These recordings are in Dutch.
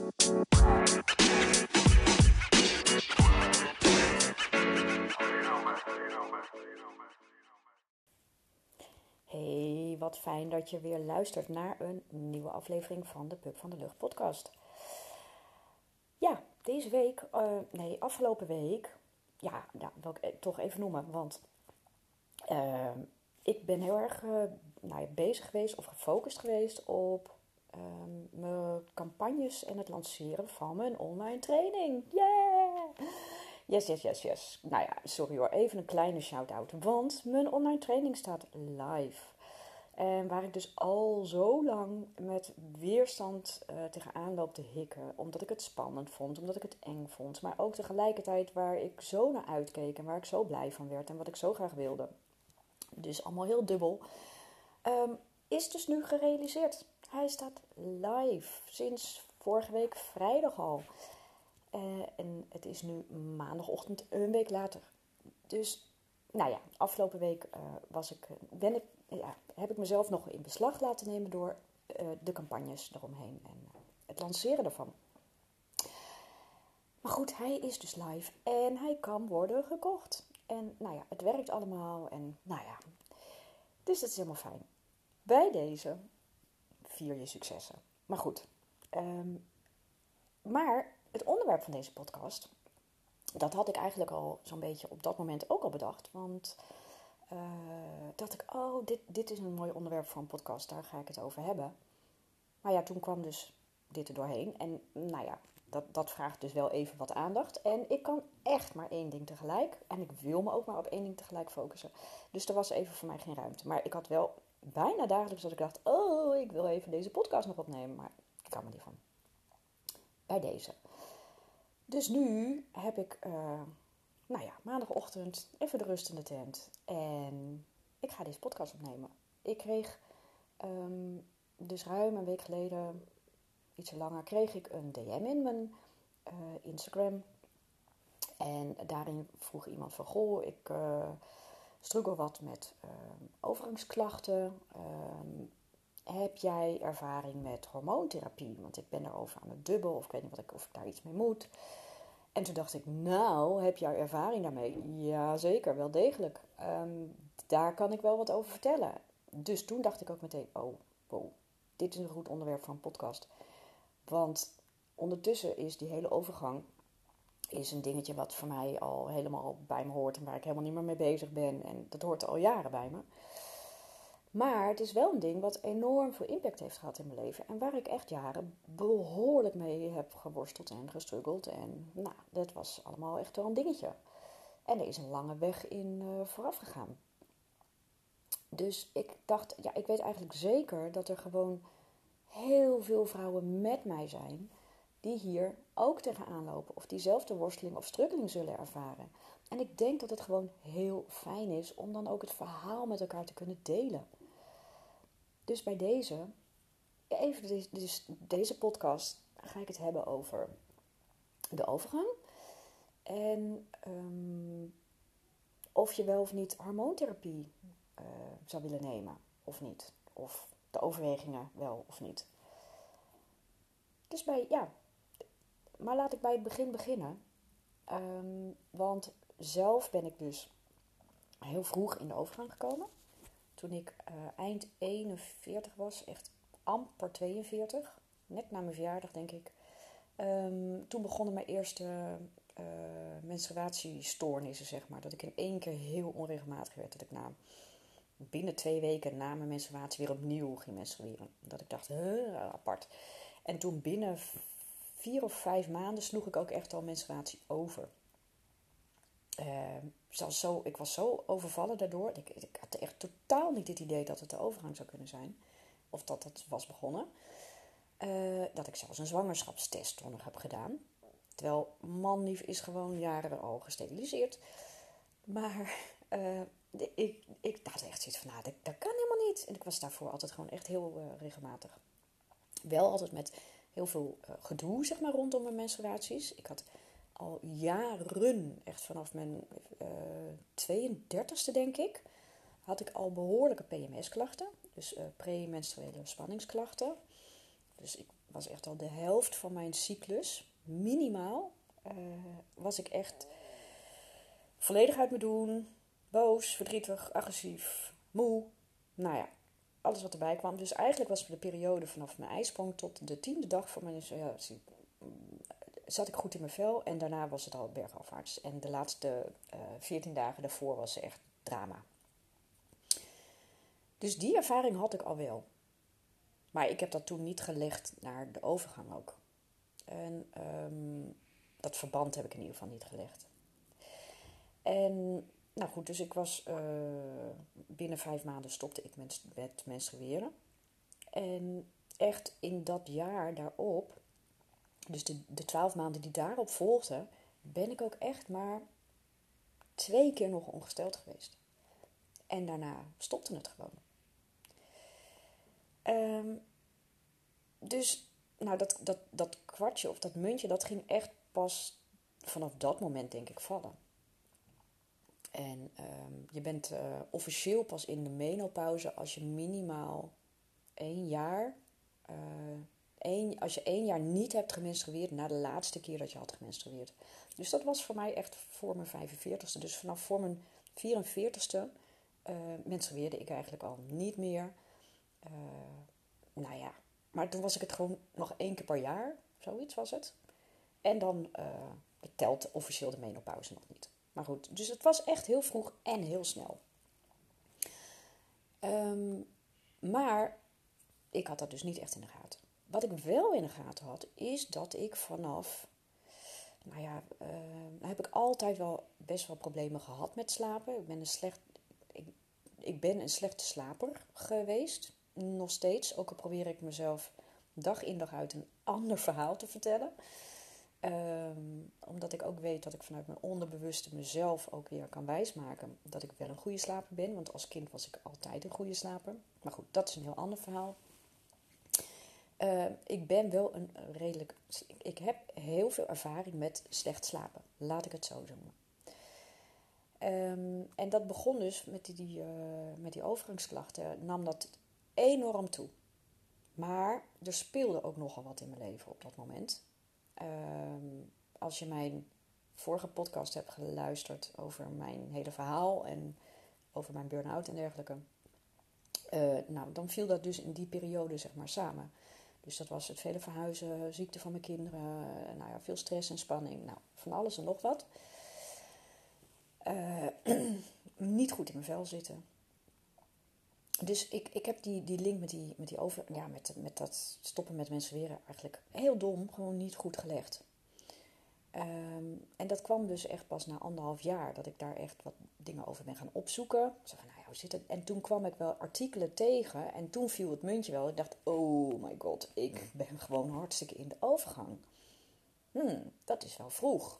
Hey, wat fijn dat je weer luistert naar een nieuwe aflevering van de Puk van de Lucht podcast. Ja, deze week, afgelopen week, wil ik toch even noemen, want ik ben heel erg bezig geweest of gefocust geweest op mijn campagnes en het lanceren van mijn online training. Yeah! Yes. Nou ja, sorry hoor, even een kleine shout-out, want mijn online training staat live. En waar ik dus al zo lang met weerstand tegenaan loop te hikken. Omdat ik het spannend vond, omdat ik het eng vond. Maar ook tegelijkertijd waar ik zo naar uitkeek en waar ik zo blij van werd en wat ik zo graag wilde. Dus allemaal heel dubbel. Is dus nu gerealiseerd. Hij staat live sinds vorige week vrijdag al. En het is nu maandagochtend, een week later. Dus, afgelopen week heb ik mezelf nog in beslag laten nemen door de campagnes eromheen en het lanceren ervan. Maar goed, hij is dus live en hij kan worden gekocht. En het werkt allemaal en dus dat is helemaal fijn. Bij deze vier je successen. Maar goed, maar het onderwerp van deze podcast, dat had ik eigenlijk al zo'n beetje op dat moment ook al bedacht. Want dacht ik, dit is een mooi onderwerp voor een podcast, daar ga ik het over hebben. Maar ja, toen kwam dus dit er doorheen. En dat vraagt dus wel even wat aandacht. En ik kan echt maar één ding tegelijk. En ik wil me ook maar op één ding tegelijk focussen. Dus er was even voor mij geen ruimte. Maar ik had wel bijna dagelijks dat ik dacht, ik wil even deze podcast nog opnemen. Maar ik kan me niet van. Bij deze. Dus nu heb ik, maandagochtend even de rust in de tent. En ik ga deze podcast opnemen. Ik kreeg dus ruim een week geleden, ietsje langer, kreeg ik een DM in mijn Instagram. En daarin vroeg iemand van, ik struggle wat met overgangsklachten. Heb jij ervaring met hormoontherapie? Want ik ben erover aan het dubben of ik weet niet of ik daar iets mee moet. En toen dacht ik, heb jij ervaring daarmee? Ja, zeker, wel degelijk. Daar kan ik wel wat over vertellen. Dus toen dacht ik ook meteen, dit is een goed onderwerp voor een podcast. Want ondertussen is die hele overgang is een dingetje wat voor mij al helemaal bij me hoort en waar ik helemaal niet meer mee bezig ben. En dat hoort al jaren bij me. Maar het is wel een ding wat enorm veel impact heeft gehad in mijn leven. En waar ik echt jaren behoorlijk mee heb geworsteld en gestruggeld. En dat was allemaal echt wel een dingetje. En er is een lange weg in vooraf gegaan. Dus ik dacht, ik weet eigenlijk zeker dat er gewoon heel veel vrouwen met mij zijn die hier ook tegenaan lopen. Of diezelfde worsteling of struggeling zullen ervaren. En ik denk dat het gewoon heel fijn is om dan ook het verhaal met elkaar te kunnen delen. Dus bij deze podcast ga ik het hebben over de overgang. En of je wel of niet hormoontherapie zou willen nemen of niet. Of de overwegingen wel of niet. Dus maar laat ik bij het begin beginnen. Want zelf ben ik dus heel vroeg in de overgang gekomen. Toen ik eind 41 was, echt amper 42. Net na mijn verjaardag, denk ik. Toen begonnen mijn eerste menstruatiestoornissen, zeg maar. Dat ik in één keer heel onregelmatig werd. Dat ik binnen 2 weken na mijn menstruatie weer opnieuw ging menstrueren. Dat ik dacht, apart. En toen binnen 4 of 5 maanden sloeg ik ook echt al menstruatie over. Ik was zo overvallen daardoor. Ik had echt totaal niet het idee dat het de overgang zou kunnen zijn. Of dat het was begonnen. Dat ik zelfs een zwangerschapstest toen nog heb gedaan. Terwijl manlief is gewoon jaren al gesteriliseerd. Maar ik had echt zoiets van, dat kan helemaal niet. En ik was daarvoor altijd gewoon echt heel regelmatig. Wel altijd met heel veel gedoe, zeg maar, rondom mijn menstruaties. Ik had al jaren, echt vanaf mijn 32e denk ik, had ik al behoorlijke PMS-klachten. Dus premenstruele spanningsklachten. Dus ik was echt al de helft van mijn cyclus, minimaal, was ik echt volledig uit mijn doen. Boos, verdrietig, agressief, moe. Nou ja, alles wat erbij kwam. Dus eigenlijk was de periode vanaf mijn ijsprong tot de 10e dag van mijn menstruatie, zat ik goed in mijn vel. En daarna was het al bergafwaarts. En de laatste 14 dagen daarvoor was echt drama. Dus die ervaring had ik al wel. Maar ik heb dat toen niet gelegd naar de overgang ook. En dat verband heb ik in ieder geval niet gelegd. En nou goed, dus ik was binnen 5 maanden stopte ik met menstrueren. En echt in dat jaar daarop, dus de 12 maanden die daarop volgden, ben ik ook echt maar 2 keer nog ongesteld geweest. En daarna stopte het gewoon. Dus nou, dat kwartje of dat muntje, dat ging echt pas vanaf dat moment denk ik vallen. En je bent officieel pas in de menopauze als je minimaal 1 jaar... als je 1 jaar niet hebt gemenstrueerd na de laatste keer dat je had gemenstrueerd. Dus dat was voor mij echt voor mijn 45ste. Dus vanaf voor mijn 44ste menstrueerde ik eigenlijk al niet meer. Nou ja, maar toen was ik het gewoon nog 1 keer per jaar. Zoiets was het. En dan telt officieel de menopauze nog niet. Maar goed, dus het was echt heel vroeg en heel snel. Maar ik had dat dus niet echt in de gaten. Wat ik wel in de gaten had, is dat ik vanaf... Nou ja, heb ik altijd wel best wel problemen gehad met slapen. Ik ben een slechte slaper geweest. Nog steeds. Ook al probeer ik mezelf dag in dag uit een ander verhaal te vertellen. Omdat ik ook weet dat ik vanuit mijn onderbewuste mezelf ook weer kan wijsmaken dat ik wel een goede slaper ben. Want als kind was ik altijd een goede slaper. Maar goed, dat is een heel ander verhaal. Ik ben wel een redelijk... Ik heb heel veel ervaring met slecht slapen. Laat ik het zo noemen. En dat begon dus met die overgangsklachten. Nam dat enorm toe. Maar er speelde ook nogal wat in mijn leven op dat moment. Als je mijn vorige podcast hebt geluisterd over mijn hele verhaal en over mijn burn-out en dergelijke. Nou, dan viel dat dus in die periode zeg maar samen. Dus dat was het vele verhuizen, ziekte van mijn kinderen, nou ja, veel stress en spanning. Nou, van alles en nog wat. Niet goed in mijn vel zitten. Dus ik heb die link met dat stoppen met menstrueren eigenlijk heel dom, gewoon niet goed gelegd. En dat kwam dus echt pas na 1,5 jaar dat ik daar echt wat dingen over ben gaan opzoeken. Zo van, nou ja, hoe zit het? En toen kwam ik wel artikelen tegen en toen viel het muntje wel. Ik dacht, oh my god, ik ben gewoon hartstikke in de overgang. Dat is wel vroeg.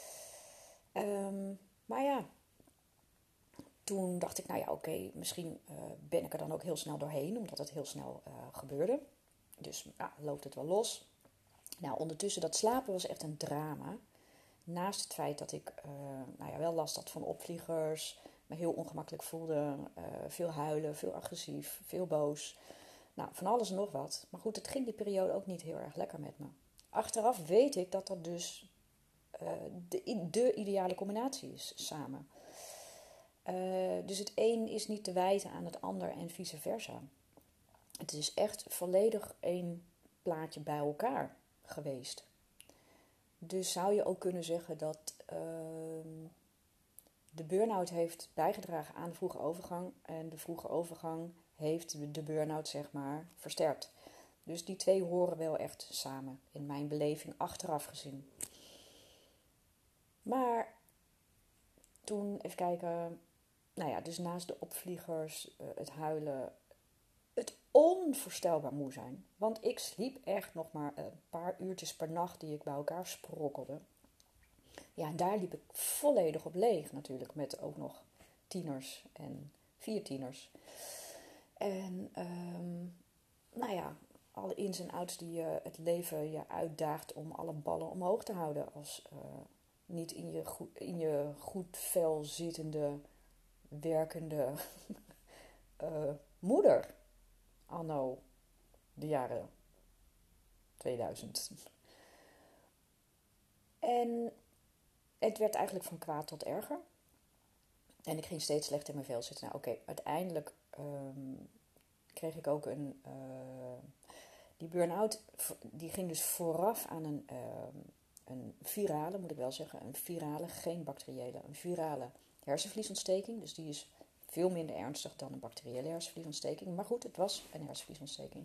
Maar ja, toen dacht ik, nou ja, oké, misschien ben ik er dan ook heel snel doorheen, omdat het heel snel gebeurde. Dus loopt het wel los. Nou, ondertussen, dat slapen was echt een drama. Naast het feit dat ik wel last had van opvliegers, me heel ongemakkelijk voelde, veel huilen, veel agressief, veel boos. Nou, van alles en nog wat. Maar goed, het ging die periode ook niet heel erg lekker met me. Achteraf weet ik dat dat dus de ideale combinatie is samen. Dus het een is niet te wijten aan het ander en vice versa. Het is echt volledig één plaatje bij elkaar geweest. Dus zou je ook kunnen zeggen dat de burn-out heeft bijgedragen aan de vroege overgang. En de vroege overgang heeft de burn-out zeg maar versterkt. Dus die twee horen wel echt samen in mijn beleving achteraf gezien. Maar toen, even kijken, nou ja, dus naast de opvliegers, het huilen, het onvoorstelbaar moe zijn. Want ik sliep echt nog maar een paar uurtjes per nacht die ik bij elkaar sprokkelde. Ja, en daar liep ik volledig op leeg natuurlijk, met ook nog tieners en 4 tieners. En nou ja, alle ins en outs die het leven je uitdaagt om alle ballen omhoog te houden als niet in je goed vel zittende, werkende moeder. Anno de jaren 2000. En het werd eigenlijk van kwaad tot erger. En ik ging steeds slechter in mijn vel zitten. Nou oké, uiteindelijk kreeg ik ook die burn-out, die ging dus vooraf aan een virale, moet ik wel zeggen. Een virale, geen bacteriële. Een virale hersenvliesontsteking. Dus die is veel minder ernstig dan een bacteriële hersenvliesontsteking. Maar goed, het was een hersenvliesontsteking.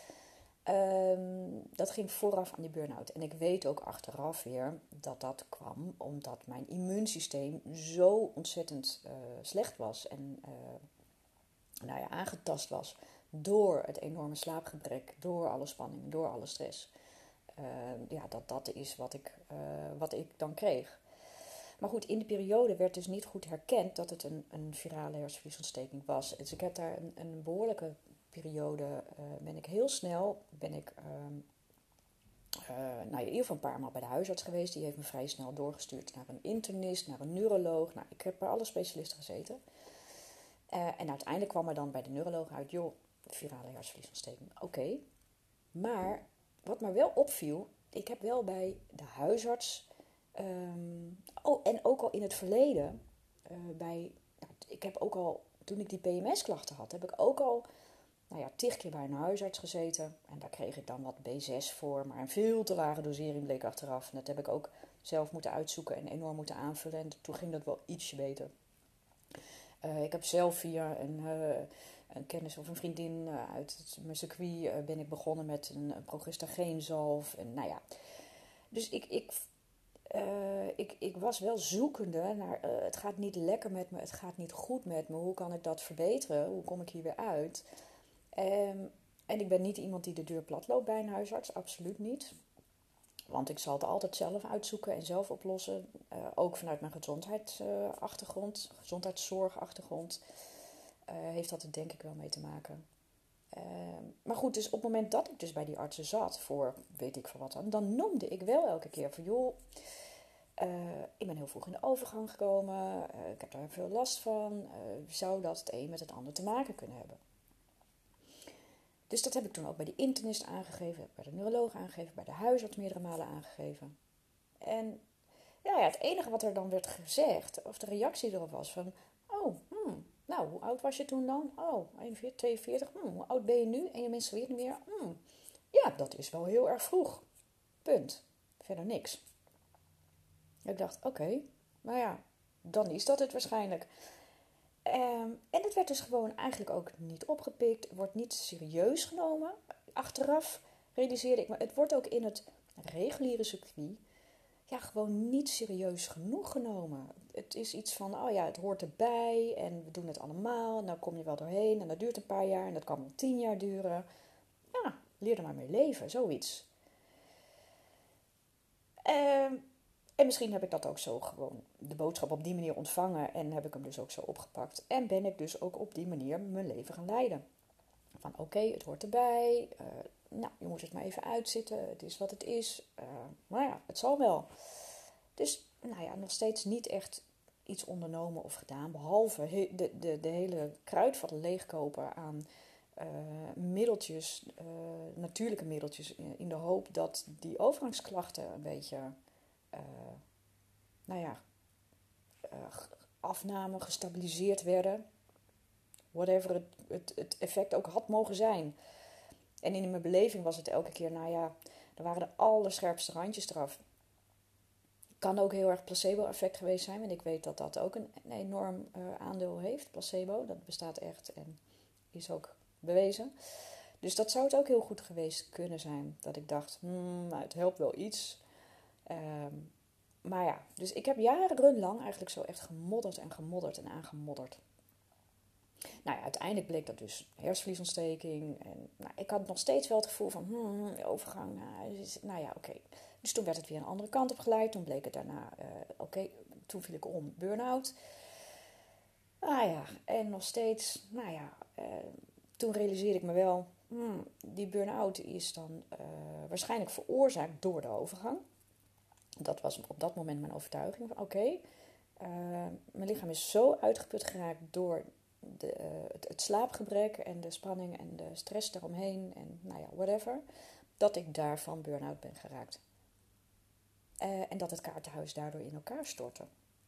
Dat ging vooraf aan die burn-out. En ik weet ook achteraf weer dat dat kwam omdat mijn immuunsysteem zo ontzettend slecht was. En aangetast was door het enorme slaapgebrek, door alle spanning, door alle stress. Dat is wat ik dan kreeg. Maar goed, in die periode werd dus niet goed herkend dat het een virale hersenvliesontsteking was. Dus ik heb daar een behoorlijke periode, ben ik heel snel, in ieder geval een paar maal bij de huisarts geweest. Die heeft me vrij snel doorgestuurd naar een internist, naar een neuroloog. Nou, ik heb bij alle specialisten gezeten. En uiteindelijk kwam er dan bij de neuroloog uit, joh, virale hersenvliesontsteking. Oké. Maar wat me wel opviel, ik heb wel bij de huisarts, en ook al in het verleden, ik heb ook al, toen ik die PMS-klachten had, heb ik ook al 10 keer bij een huisarts gezeten. En daar kreeg ik dan wat B6 voor, maar een veel te lage dosering bleek achteraf. En dat heb ik ook zelf moeten uitzoeken en enorm moeten aanvullen. En toen ging dat wel ietsje beter. Ik heb zelf via een kennis of een vriendin uit mijn circuit ben ik begonnen met een progesterogenzalf. En dus ik was wel zoekende naar, het gaat niet lekker met me, het gaat niet goed met me. Hoe kan ik dat verbeteren? Hoe kom ik hier weer uit? En ik ben niet iemand die de deur plat loopt bij een huisarts, absoluut niet. Want ik zal het altijd zelf uitzoeken en zelf oplossen. Ook vanuit mijn gezondheidszorgachtergrond, heeft dat er denk ik wel mee te maken. Maar goed, dus op het moment dat ik dus bij die artsen zat, voor weet ik veel wat dan noemde ik wel elke keer van joh, ik ben heel vroeg in de overgang gekomen, ik heb daar veel last van, zou dat het een met het ander te maken kunnen hebben? Dus dat heb ik toen ook bij de internist aangegeven, bij de neuroloog aangegeven, bij de huisarts meerdere malen aangegeven. En het enige wat er dan werd gezegd, of de reactie erop was van, nou, hoe oud was je toen dan? Oh, 41, 42. Hoe oud ben je nu? En je menstrueert niet meer? Ja, dat is wel heel erg vroeg. Punt. Verder niks. Ik dacht, oké, dan is dat het waarschijnlijk. En het werd dus gewoon eigenlijk ook niet opgepikt. Wordt niet serieus genomen. Achteraf realiseerde ik, maar het wordt ook in het reguliere circuit gewoon niet serieus genoeg genomen. Het is iets van, het hoort erbij en we doen het allemaal. En dan kom je wel doorheen en dat duurt een paar jaar en dat kan wel 10 jaar duren. Ja, leer er maar mee leven, zoiets. En misschien heb ik dat ook zo gewoon, de boodschap op die manier ontvangen en heb ik hem dus ook zo opgepakt. En ben ik dus ook op die manier mijn leven gaan leiden. Van oké, het hoort erbij. Je moet het maar even uitzitten. Het is wat het is. Het zal wel. Dus nog steeds niet echt iets ondernomen of gedaan. Behalve de hele kruidvat leegkopen aan middeltjes, natuurlijke middeltjes. In de hoop dat die overgangsklachten een beetje afnamen, gestabiliseerd werden. Whatever het effect ook had mogen zijn. En in mijn beleving was het elke keer, er waren de allerscherpste randjes eraf. Kan ook heel erg placebo-effect geweest zijn, want ik weet dat dat ook een enorm aandeel heeft, placebo. Dat bestaat echt en is ook bewezen. Dus dat zou het ook heel goed geweest kunnen zijn. Dat ik dacht, het helpt wel iets. Dus ik heb jarenlang eigenlijk zo echt gemodderd en aangemodderd. Uiteindelijk bleek dat dus hersenvliesontsteking. En ik had nog steeds wel het gevoel van, de overgang. Oké. Dus toen werd het weer een andere kant op geleid. Toen bleek het daarna, toen viel ik om, burn-out. En nog steeds, toen realiseerde ik me wel, die burn-out is dan waarschijnlijk veroorzaakt door de overgang. Dat was op dat moment mijn overtuiging van, mijn lichaam is zo uitgeput geraakt door het slaapgebrek en de spanning en de stress daaromheen en whatever. dat ik daarvan burn-out ben geraakt. En dat het kaartenhuis daardoor in elkaar stortte.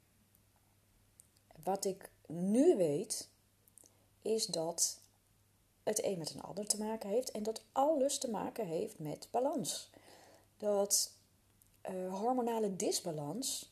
Wat ik nu weet, is dat het een met een ander te maken heeft. En dat alles te maken heeft met balans. Dat hormonale disbalans,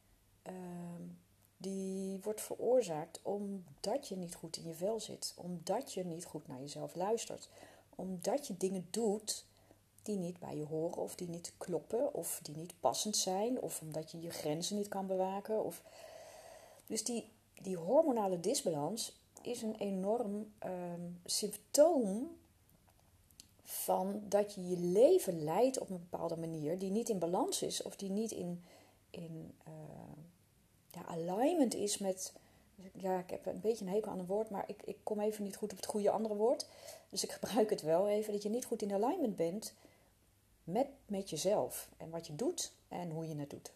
die wordt veroorzaakt omdat je niet goed in je vel zit. Omdat je niet goed naar jezelf luistert. Omdat je dingen doet die niet bij je horen of die niet kloppen of die niet passend zijn. Of omdat je je grenzen niet kan bewaken. Dus die hormonale disbalans is een enorm symptoom van dat je je leven leidt op een bepaalde manier die niet in balans is of die niet in alignment is met... Ja, ik heb een beetje een hekel aan een woord, maar ik kom even niet goed op het goede andere woord. Dus ik gebruik het wel even, dat je niet goed in alignment bent met jezelf. En wat je doet en hoe je het doet.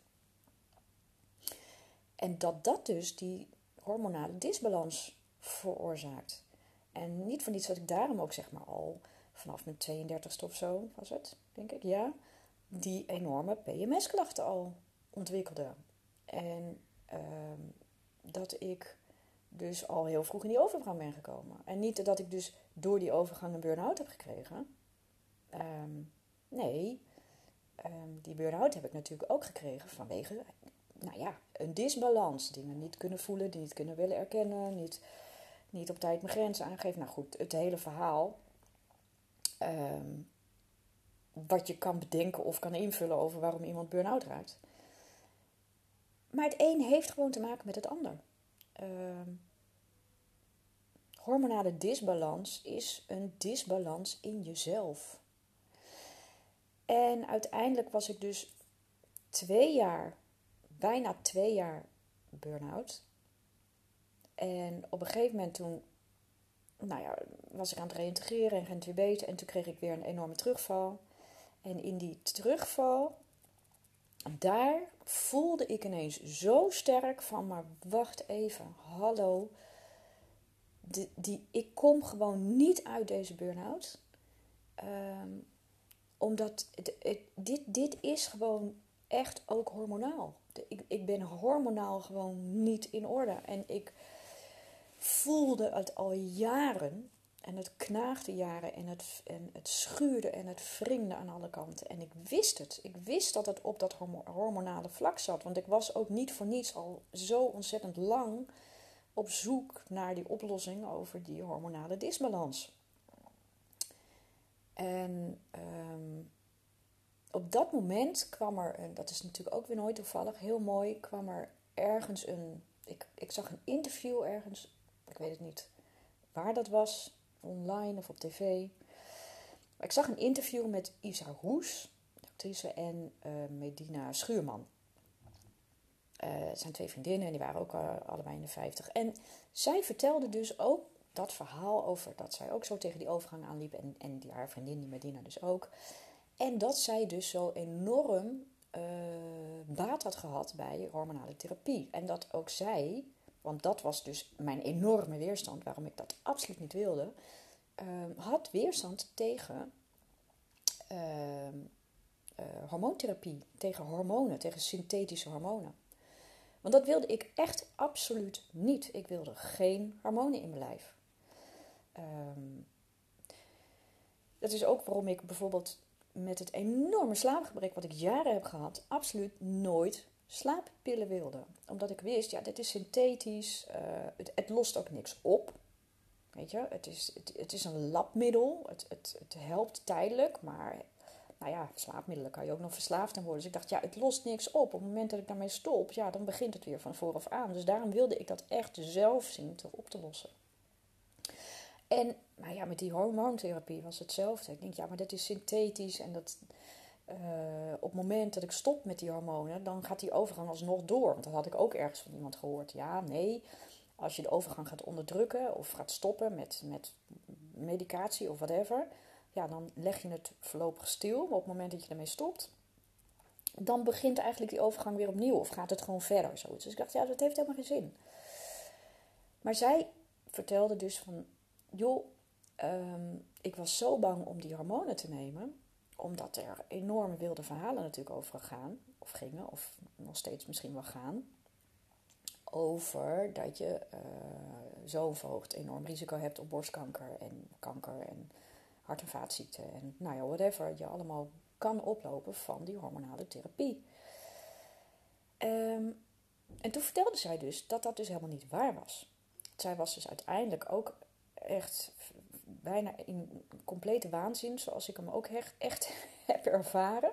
En dat dus die hormonale disbalans veroorzaakt. En niet voor niets dat ik daarom ook zeg maar al vanaf mijn 32e of zo was het, denk ik, ja, die enorme PMS-klachten al ontwikkelde. En dat ik dus al heel vroeg in die overgang ben gekomen. En niet dat ik dus door die overgang een burn-out heb gekregen. Nee, die burn-out heb ik natuurlijk ook gekregen vanwege, een disbalans. Dingen niet kunnen voelen, die niet kunnen willen erkennen, niet op tijd mijn grenzen aangeven. Nou goed, het hele verhaal wat je kan bedenken of kan invullen over waarom iemand burn-out raakt. Maar het een heeft gewoon te maken met het ander. Hormonale disbalans is een disbalans in jezelf. En uiteindelijk was ik dus bijna 2 jaar burn-out. En op een gegeven moment toen, was ik aan het reïntegreren en ging het weer beter. En toen kreeg ik weer een enorme terugval. En in die terugval, daar voelde ik ineens zo sterk van, maar wacht even, hallo. Ik kom gewoon niet uit deze burn-out. Omdat dit is gewoon echt ook hormonaal. Ik ben hormonaal gewoon niet in orde. En ik voelde het al jaren. En het knaagde jaren. En het schuurde en het wringde aan alle kanten. En ik wist het. Ik wist dat het op dat hormonale vlak zat. Want ik was ook niet voor niets al zo ontzettend lang op zoek naar die oplossing over die hormonale disbalans. En op dat moment kwam er, dat is natuurlijk ook weer nooit toevallig, heel mooi, kwam er ergens ik zag een interview ergens, ik weet het niet waar dat was, online of op tv. Maar ik zag een interview met Isa Roes, de actrice, en Medina Schuurman. Het zijn 2 vriendinnen en die waren ook allebei in de 50. En zij vertelde dus ook dat verhaal over dat zij ook zo tegen die overgang aanliep. En haar vriendin, die Medina, dus ook. En dat zij dus zo enorm baat had gehad bij hormonale therapie. En dat ook zij, want dat was dus mijn enorme weerstand, waarom ik dat absoluut niet wilde, had weerstand tegen hormoontherapie, tegen hormonen, tegen synthetische hormonen. Want dat wilde ik echt absoluut niet. Ik wilde geen hormonen in mijn lijf. Dat is ook waarom ik bijvoorbeeld met het enorme slaapgebrek wat ik jaren heb gehad, absoluut nooit slaappillen wilde. Omdat ik wist, ja, dit is synthetisch, het lost ook niks op. Weet je, het is een labmiddel, het helpt tijdelijk, maar slaapmiddelen kan je ook nog verslaafd aan worden. Dus ik dacht, ja, het lost niks op. Op het moment dat ik daarmee stop, ja, dan begint het weer van vooraf aan. Dus daarom wilde ik dat echt zelf zien op te lossen. En, met die hormoontherapie was hetzelfde. Ik denk, ja, maar dat is synthetisch en dat op het moment dat ik stop met die hormonen, dan gaat die overgang alsnog door. Want dat had ik ook ergens van iemand gehoord. Ja, nee, als je de overgang gaat onderdrukken of gaat stoppen met medicatie of whatever, ja, dan leg je het voorlopig stil. Maar op het moment dat je ermee stopt, dan begint eigenlijk die overgang weer opnieuw. Of gaat het gewoon verder. Zoiets. Dus ik dacht, ja, dat heeft helemaal geen zin. Maar zij vertelde dus van, joh, ik was zo bang om die hormonen te nemen, omdat er enorm wilde verhalen natuurlijk over gaan, of gingen, of nog steeds misschien wel gaan, over dat je zo'n verhoogd enorm risico hebt op borstkanker en kanker en hart- en vaatziekten en nou ja, whatever je allemaal kan oplopen van die hormonale therapie. En toen vertelde zij dus dat dat dus helemaal niet waar was. Zij was dus uiteindelijk ook echt bijna in complete waanzin, zoals ik hem ook echt heb ervaren.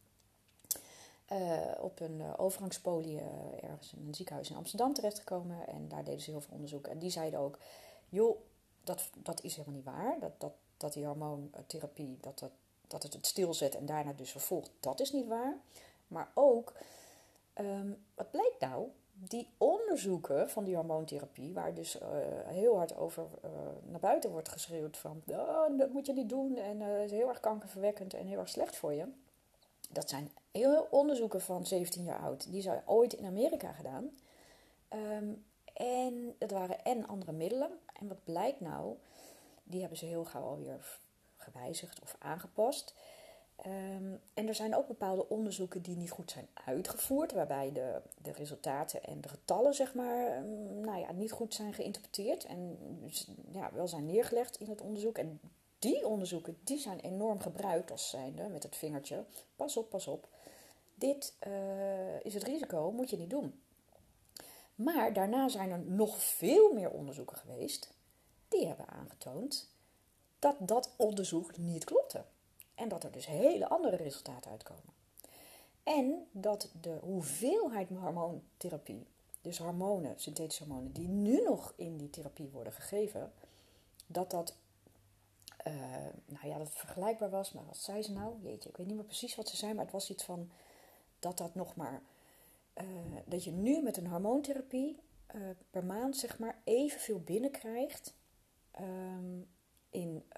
Op een overgangspolie ergens in een ziekenhuis in Amsterdam terechtgekomen. En daar deden ze heel veel onderzoek. En die zeiden ook, joh, dat is helemaal niet waar. Dat die hormoontherapie, dat het stilzet en daarna dus vervolgt, dat is niet waar. Maar ook, wat bleek nou? Die onderzoeken van die hormoontherapie, waar dus heel hard over naar buiten wordt geschreeuwd van, oh, dat moet je niet doen en het is heel erg kankerverwekkend en heel erg slecht voor je. Dat zijn heel veel onderzoeken van 17 jaar oud. Die zijn ooit in Amerika gedaan. En het waren en andere middelen. En wat blijkt nou? Die hebben ze heel gauw alweer gewijzigd of aangepast. En er zijn ook bepaalde onderzoeken die niet goed zijn uitgevoerd. Waarbij de resultaten en de getallen zeg maar, niet goed zijn geïnterpreteerd. En ja, wel zijn neergelegd in het onderzoek. En die onderzoeken die zijn enorm gebruikt als zijnde met het vingertje. Pas op, pas op. Dit is het risico, moet je niet doen. Maar daarna zijn er nog veel meer onderzoeken geweest. Die hebben aangetoond dat dat onderzoek niet klopte. En dat er dus hele andere resultaten uitkomen. En dat de hoeveelheid hormoontherapie, dus hormonen, synthetische hormonen, die nu nog in die therapie worden gegeven, dat vergelijkbaar was. Maar wat zei ze nou? Jeetje, ik weet niet meer precies wat ze zei, maar het was iets van dat nog maar, dat je nu met een hormoontherapie per maand zeg maar evenveel binnenkrijgt in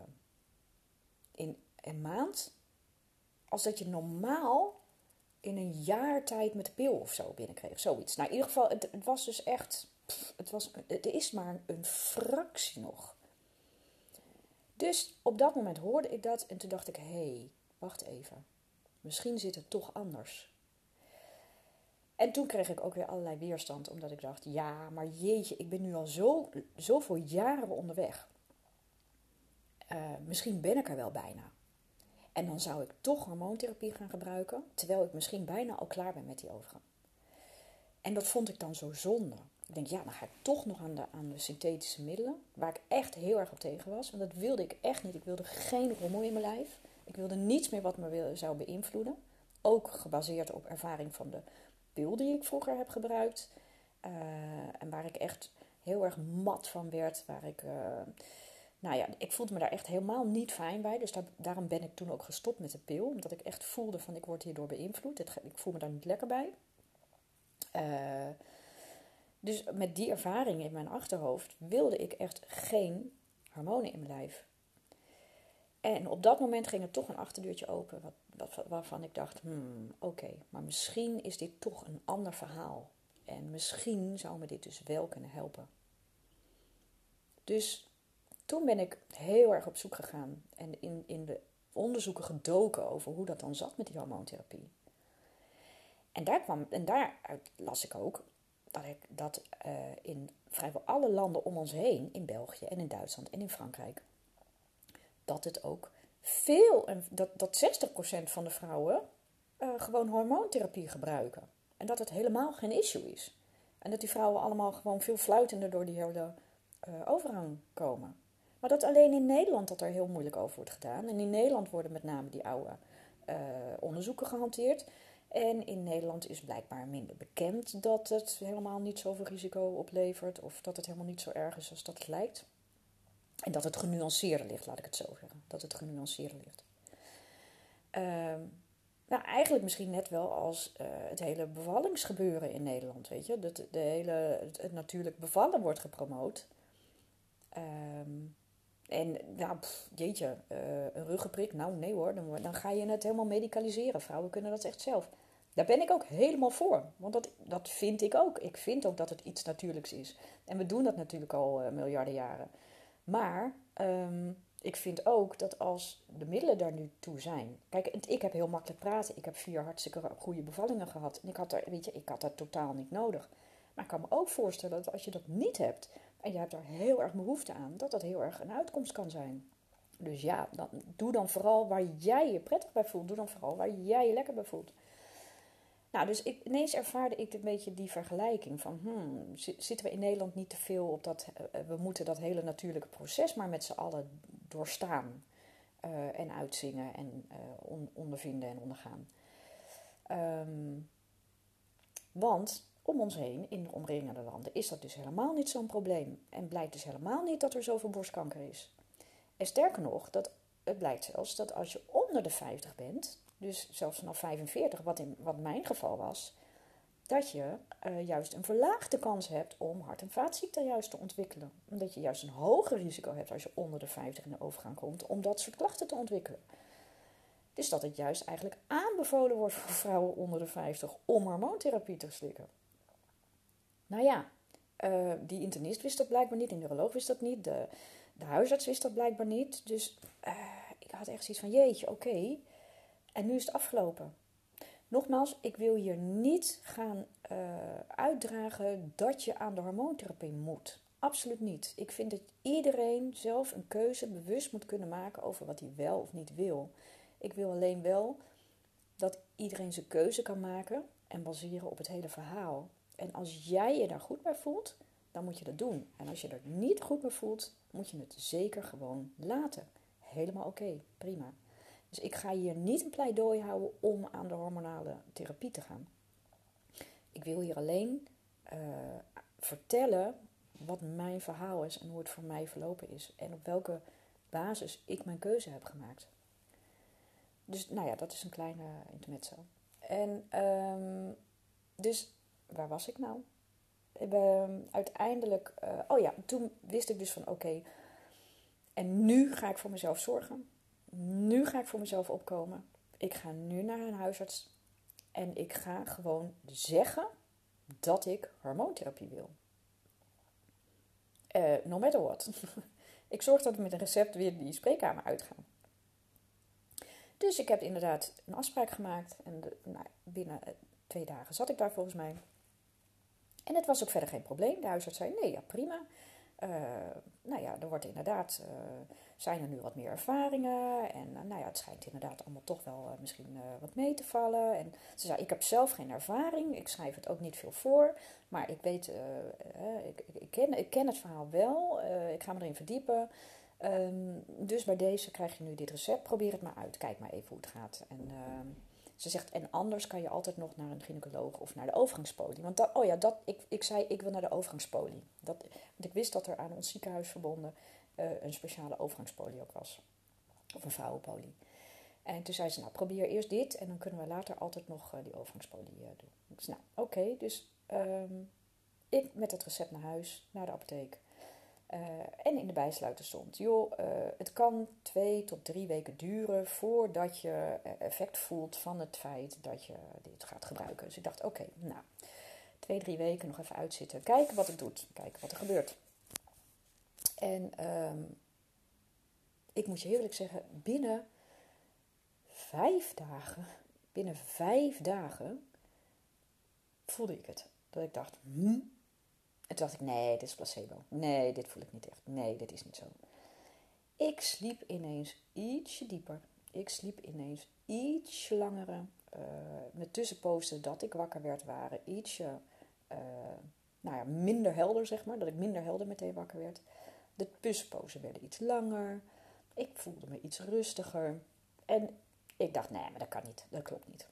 een maand als dat je normaal in een jaar tijd met de pil of zo binnenkreeg. Zoiets. Nou, in ieder geval, het was dus echt, het is maar een fractie nog. Dus op dat moment hoorde ik dat en toen dacht ik, hé, wacht even. Misschien zit het toch anders. En toen kreeg ik ook weer allerlei weerstand, omdat ik dacht, ja, maar jeetje, ik ben nu al zoveel jaren onderweg. Misschien ben ik er wel bijna. En dan zou ik toch hormoontherapie gaan gebruiken, terwijl ik misschien bijna al klaar ben met die overgang. En dat vond ik dan zo zonde. Ik denk, ja, dan ga ik toch nog aan de synthetische middelen, waar ik echt heel erg op tegen was. Want dat wilde ik echt niet. Ik wilde geen rommel in mijn lijf. Ik wilde niets meer wat me zou beïnvloeden. Ook gebaseerd op ervaring van de pil die ik vroeger heb gebruikt. En waar ik echt heel erg mat van werd. Waar ik, ik voelde me daar echt helemaal niet fijn bij. Dus daarom ben ik toen ook gestopt met de pil. Omdat ik echt voelde van, ik word hierdoor beïnvloed. Ik voel me daar niet lekker bij. Dus met die ervaring in mijn achterhoofd wilde ik echt geen hormonen in mijn lijf. En op dat moment ging er toch een achterdeurtje open waarvan ik dacht, oké, maar misschien is dit toch een ander verhaal. En misschien zou me dit dus wel kunnen helpen. Dus toen ben ik heel erg op zoek gegaan en in de onderzoeken gedoken over hoe dat dan zat met die hormoontherapie. En daaruit las ik ook dat in vrijwel alle landen om ons heen, in België en in Duitsland en in Frankrijk, dat het ook dat 60% van de vrouwen gewoon hormoontherapie gebruiken. En dat het helemaal geen issue is. En dat die vrouwen allemaal gewoon veel fluitender door die hele overgang komen. Maar dat alleen in Nederland dat er heel moeilijk over wordt gedaan. En in Nederland worden met name die oude onderzoeken gehanteerd. En in Nederland is blijkbaar minder bekend dat het helemaal niet zoveel risico oplevert. Of dat het helemaal niet zo erg is als dat het lijkt. En dat het genuanceerder ligt, laat ik het zo zeggen. Dat het genuanceerder ligt. Eigenlijk misschien net wel als het hele bevallingsgebeuren in Nederland, weet je. Dat het natuurlijk bevallen wordt gepromoot. Jeetje, een ruggenprik, nou nee hoor, dan ga je het helemaal medicaliseren. Vrouwen kunnen dat echt zelf. Daar ben ik ook helemaal voor, want dat vind ik ook. Ik vind ook dat het iets natuurlijks is. En we doen dat natuurlijk al miljarden jaren. Maar Ik vind ook dat als de middelen daar nu toe zijn. Kijk, ik heb heel makkelijk praten. Ik heb 4 hartstikke goede bevallingen gehad. En ik had dat totaal niet nodig. Maar ik kan me ook voorstellen dat als je dat niet hebt en je hebt daar heel erg behoefte aan, dat dat heel erg een uitkomst kan zijn. Dus ja, doe dan vooral waar jij je prettig bij voelt. Doe dan vooral waar jij je lekker bij voelt. Nou, dus ineens ervaarde ik een beetje die vergelijking van, zitten we in Nederland niet te veel op dat, we moeten dat hele natuurlijke proces maar met z'n allen doorstaan en uitzingen en ondervinden en ondergaan. Want om ons heen, in de omringende landen, is dat dus helemaal niet zo'n probleem. En blijkt dus helemaal niet dat er zoveel borstkanker is. En sterker nog, het blijkt zelfs dat als je onder de 50 bent, dus zelfs vanaf 45, wat mijn geval was, dat je juist een verlaagde kans hebt om hart- en vaatziekten juist te ontwikkelen. Omdat je juist een hoger risico hebt als je onder de 50 in de overgang komt om dat soort klachten te ontwikkelen. Dus dat het juist eigenlijk aanbevolen wordt voor vrouwen onder de 50 om hormoontherapie te slikken. Nou ja, die internist wist dat blijkbaar niet, de neuroloog wist dat niet, de huisarts wist dat blijkbaar niet. Dus ik had echt zoiets van, jeetje, oké. En nu is het afgelopen. Nogmaals, ik wil hier niet gaan uitdragen dat je aan de hormoontherapie moet. Absoluut niet. Ik vind dat iedereen zelf een keuze bewust moet kunnen maken over wat hij wel of niet wil. Ik wil alleen wel dat iedereen zijn keuze kan maken en baseren op het hele verhaal. En als jij je daar goed bij voelt, dan moet je dat doen. En als je er niet goed bij voelt, moet je het zeker gewoon laten. Helemaal oké, prima. Dus ik ga hier niet een pleidooi houden om aan de hormonale therapie te gaan. Ik wil hier alleen vertellen wat mijn verhaal is en hoe het voor mij verlopen is. En op welke basis ik mijn keuze heb gemaakt. Dus nou ja, dat is een kleine intermezzo. En dus, waar was ik nou? Uiteindelijk, toen wist ik dus van oké, en nu ga ik voor mezelf zorgen. Nu ga ik voor mezelf opkomen. Ik ga nu naar een huisarts en ik ga gewoon zeggen dat ik hormoontherapie wil. No matter what. Ik zorg dat ik met een recept weer die spreekkamer uitga. Dus ik heb inderdaad een afspraak gemaakt. En binnen 2 dagen zat ik daar volgens mij. En het was ook verder geen probleem. De huisarts zei, nee, ja, prima. Er wordt inderdaad, zijn er nu wat meer ervaringen. En het schijnt inderdaad allemaal toch wel misschien wat mee te vallen. En ze zei, ik heb zelf geen ervaring. Ik schrijf het ook niet veel voor. Maar ik weet, ik ken het verhaal wel. Ik ga me erin verdiepen. Dus bij deze krijg je nu dit recept. Probeer het maar uit. Kijk maar even hoe het gaat. En ze zegt, en anders kan je altijd nog naar een gynaecoloog of naar de overgangspolie. Want ik zei, ik wil naar de overgangspolie. Want ik wist dat er aan ons ziekenhuis verbonden een speciale overgangspolie ook was. Of een vrouwenpolie. En toen zei ze, nou probeer eerst dit en dan kunnen we later altijd nog die overgangspolie doen. Ik zei, nou oké, dus ik met het recept naar huis, naar de apotheek. En in de bijsluiter stond, het kan 2 tot 3 weken duren voordat je effect voelt van het feit dat je dit gaat gebruiken. Dus ik dacht, oké, 2, 3 weken nog even uitzitten. Kijken wat het doet. Kijken wat er gebeurt. En ik moet je heel eerlijk zeggen, binnen 5 dagen voelde ik het. Dat ik dacht, En toen dacht ik, nee, dit is placebo. Nee, dit voel ik niet echt. Nee, dit is niet zo. Ik sliep ineens ietsje dieper. Ik sliep ineens ietsje langere. Met tussenpozen dat ik wakker werd waren ietsje minder helder, zeg maar. Dat ik minder helder meteen wakker werd. De tussenpozen werden iets langer. Ik voelde me iets rustiger. En ik dacht, nee, maar dat kan niet. Dat klopt niet.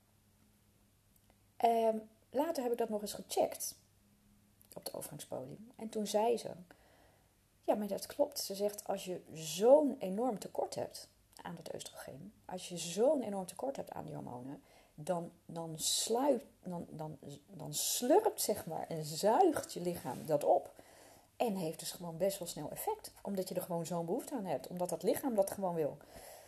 Later heb ik dat nog eens gecheckt. Op de overgangspolie. En toen zei ze, ja, maar dat klopt. Ze zegt, als je zo'n enorm tekort hebt aan het oestrogeen, als je zo'n enorm tekort hebt aan die hormonen, dan slurpt, zeg maar, en zuigt je lichaam dat op. En heeft dus gewoon best wel snel effect. Omdat je er gewoon zo'n behoefte aan hebt. Omdat dat lichaam dat gewoon wil.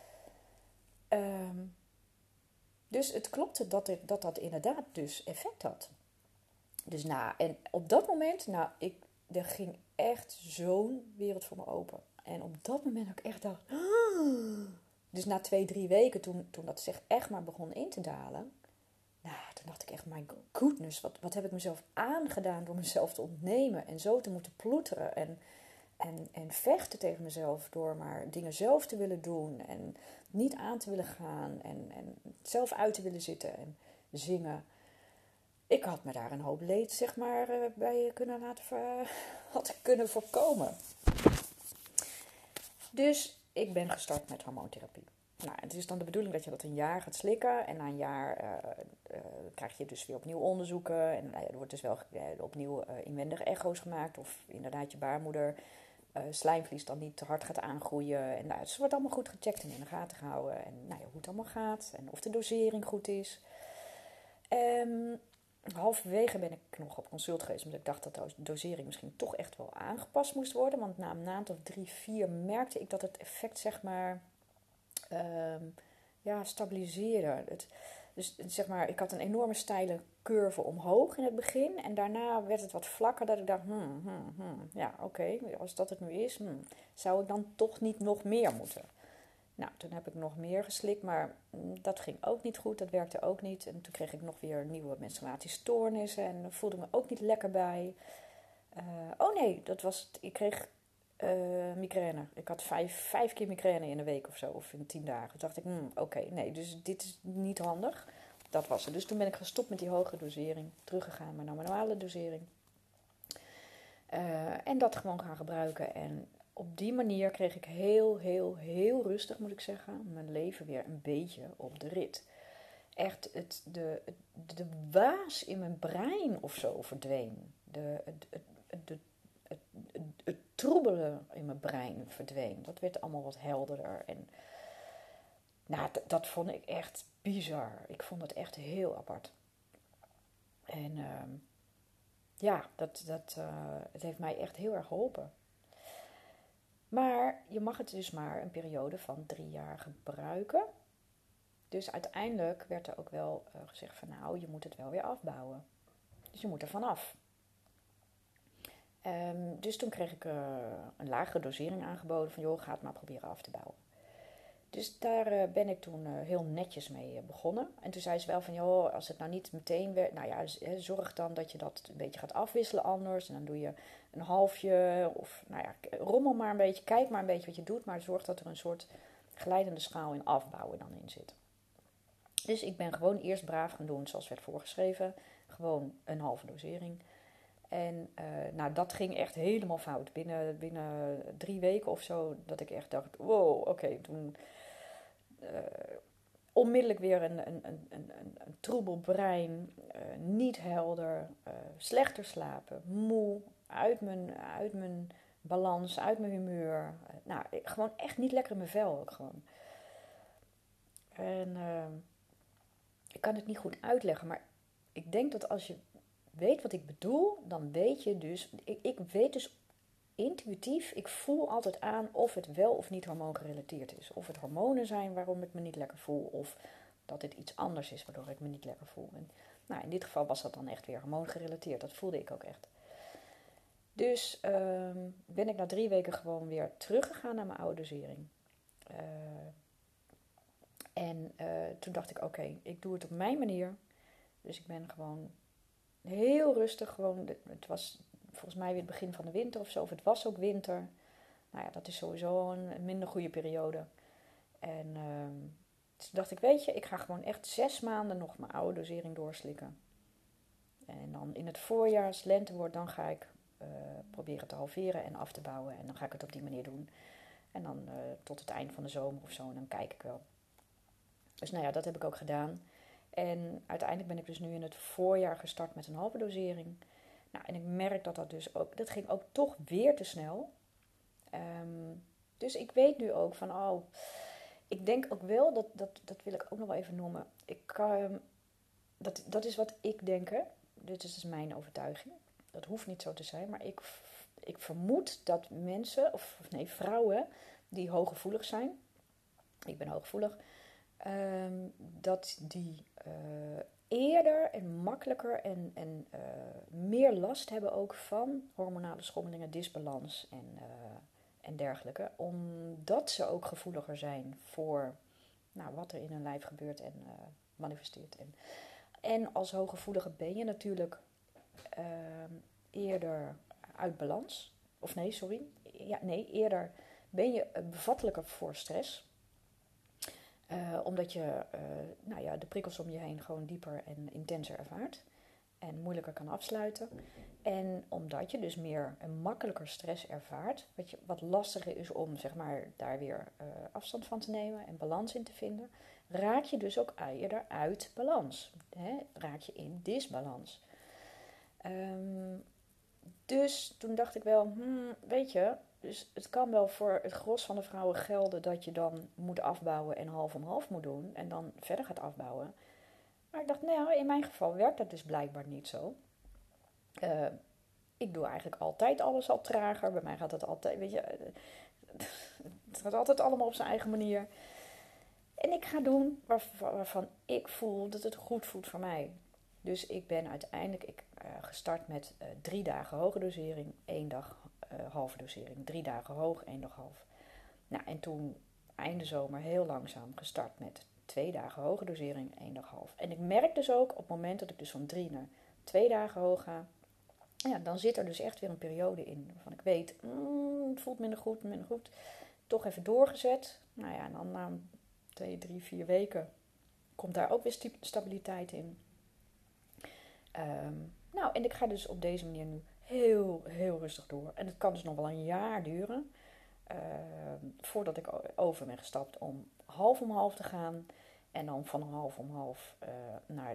Dus het klopte dat inderdaad dus effect had. Dus en op dat moment, er ging echt zo'n wereld voor me open. En op dat moment heb ik echt dacht... Dus na 2-3 weken, toen dat zich echt maar begon in te dalen... Nou, toen dacht ik echt, my goodness, wat heb ik mezelf aangedaan door mezelf te ontnemen. En zo te moeten ploeteren en vechten tegen mezelf door maar dingen zelf te willen doen. En niet aan te willen gaan en zelf uit te willen zitten en zingen. Ik had me daar een hoop leed, zeg maar, bij had kunnen voorkomen. Dus ik ben gestart met hormoontherapie. Nou, het is dan de bedoeling dat je dat een jaar gaat slikken. En na een jaar krijg je dus weer opnieuw onderzoeken. En er wordt dus wel opnieuw inwendige echo's gemaakt. Of inderdaad je baarmoeder slijmvlies dan niet te hard gaat aangroeien. En nou, het wordt allemaal goed gecheckt en in de gaten gehouden. En nou ja, hoe het allemaal gaat. En of de dosering goed is. Halverwege ben ik nog op consult geweest. Omdat ik dacht dat de dosering misschien toch echt wel aangepast moest worden. Want na een maand of 3-4 merkte ik dat het effect, zeg maar... stabiliseren. Dus zeg maar, ik had een enorme steile curve omhoog in het begin. En daarna werd het wat vlakker dat ik dacht, ja, oké, als dat het nu is, zou ik dan toch niet nog meer moeten? Nou, toen heb ik nog meer geslikt, maar dat ging ook niet goed, dat werkte ook niet. En toen kreeg ik nog weer nieuwe menstruatiestoornissen en daar voelde ik me ook niet lekker bij. Dat was het. Ik kreeg migraine. Ik had vijf keer migraine in een week of zo, of in 10 dagen. Toen dacht ik, nee, dus dit is niet handig. Dat was het. Dus toen ben ik gestopt met die hoge dosering. Teruggegaan naar mijn normale dosering. En dat gewoon gaan gebruiken. En op die manier kreeg ik heel rustig, moet ik zeggen, mijn leven weer een beetje op de rit. Echt, de waas in mijn brein of zo verdween. Het troebelen in mijn brein verdween. Dat werd allemaal wat helderder. En nou, dat vond ik echt bizar. Ik vond het echt heel apart. En het heeft mij echt heel erg geholpen. Maar je mag het dus maar een periode van 3 jaar gebruiken. Dus uiteindelijk werd er ook wel gezegd van nou, je moet het wel weer afbouwen. Dus je moet er vanaf. Dus toen kreeg ik een lagere dosering aangeboden van joh, ga het maar proberen af te bouwen. Dus daar ben ik toen heel netjes mee begonnen. En toen zei ze wel van joh, als het nou niet meteen werkt, nou ja, zorg dan dat je dat een beetje gaat afwisselen anders. En dan doe je een halfje of nou ja, rommel maar een beetje, kijk maar een beetje wat je doet. Maar zorg dat er een soort glijdende schaal in afbouwen dan in zit. Dus ik ben gewoon eerst braaf gaan doen zoals werd voorgeschreven. Gewoon een halve dosering. En dat ging echt helemaal fout. Binnen 3 weken of zo, dat ik echt dacht, wow, oké. Toen onmiddellijk weer een troebel brein, niet helder, slechter slapen, moe, uit mijn balans, uit mijn humeur. Gewoon echt niet lekker in mijn vel ook gewoon. En ik kan het niet goed uitleggen, maar ik denk dat als je weet wat ik bedoel, dan weet je dus... Ik weet dus intuïtief, ik voel altijd aan of het wel of niet hormoongerelateerd is. Of het hormonen zijn waarom ik me niet lekker voel, of dat het iets anders is waardoor ik me niet lekker voel. En, in dit geval was dat dan echt weer hormoongerelateerd, dat voelde ik ook echt. Dus ben ik na 3 weken gewoon weer teruggegaan naar mijn oude dosering. Toen dacht ik, oké, ik doe het op mijn manier. Dus ik ben gewoon heel rustig. Het was volgens mij weer het begin van de winter of zo. Of het was ook winter. Nou ja, dat is sowieso een minder goede periode. En toen dacht ik, weet je, ik ga gewoon echt 6 maanden nog mijn oude dosering doorslikken. En dan in het voorjaar, als het lente wordt, dan ga ik proberen te halveren en af te bouwen. En dan ga ik het op die manier doen. En dan tot het eind van de zomer of zo. En dan kijk ik wel. Dus nou ja, dat heb ik ook gedaan. En uiteindelijk ben ik dus nu in het voorjaar gestart met een halve dosering. Nou, en ik merk dat ging ook toch weer te snel. Dus ik weet nu ook van, ik denk ook wel, dat wil ik ook nog wel even noemen. Dat is wat ik denk, hè. Dit is dus mijn overtuiging. Dat hoeft niet zo te zijn, maar ik vermoed dat mensen, vrouwen die hooggevoelig zijn. Ik ben hooggevoelig. Dat die eerder en makkelijker en meer last hebben ook van hormonale schommelingen, disbalans en dergelijke. Omdat ze ook gevoeliger zijn voor wat er in hun lijf gebeurt en manifesteert. En als hooggevoelige ben je natuurlijk eerder uit balans. Of nee, sorry. Eerder ben je bevattelijker voor stress. Omdat je de prikkels om je heen gewoon dieper en intenser ervaart. En moeilijker kan afsluiten. En omdat je dus meer en makkelijker stress ervaart. Wat lastiger is om zeg maar, daar weer afstand van te nemen en balans in te vinden. Raak je dus ook eerder uit balans. Raak je in disbalans. Dus toen dacht ik wel, weet je, dus het kan wel voor het gros van de vrouwen gelden dat je dan moet afbouwen en half om half moet doen en dan verder gaat afbouwen. Maar ik dacht, in mijn geval werkt dat dus blijkbaar niet zo. Ik doe eigenlijk altijd alles al trager. Bij mij gaat het altijd, weet je, het gaat altijd allemaal op zijn eigen manier. En ik ga doen waarvan ik voel dat het goed voelt voor mij. Dus ik ben uiteindelijk gestart met 3 dagen hoge dosering, 1 dag halve dosering. 3 dagen hoog, 1 dag half. En toen einde zomer heel langzaam gestart met 2 dagen hoge dosering, 1 dag half. En ik merk dus ook op het moment dat ik dus van 3 naar 2 dagen hoog ga, dan zit er dus echt weer een periode in waarvan ik weet, het voelt minder goed. Toch even doorgezet. En dan na 2, 3, 4 weken komt daar ook weer stabiliteit in. En ik ga dus op deze manier nu heel, heel rustig door. En het kan dus nog wel een jaar duren. Voordat ik over ben gestapt om half om half te gaan. En dan van half om half naar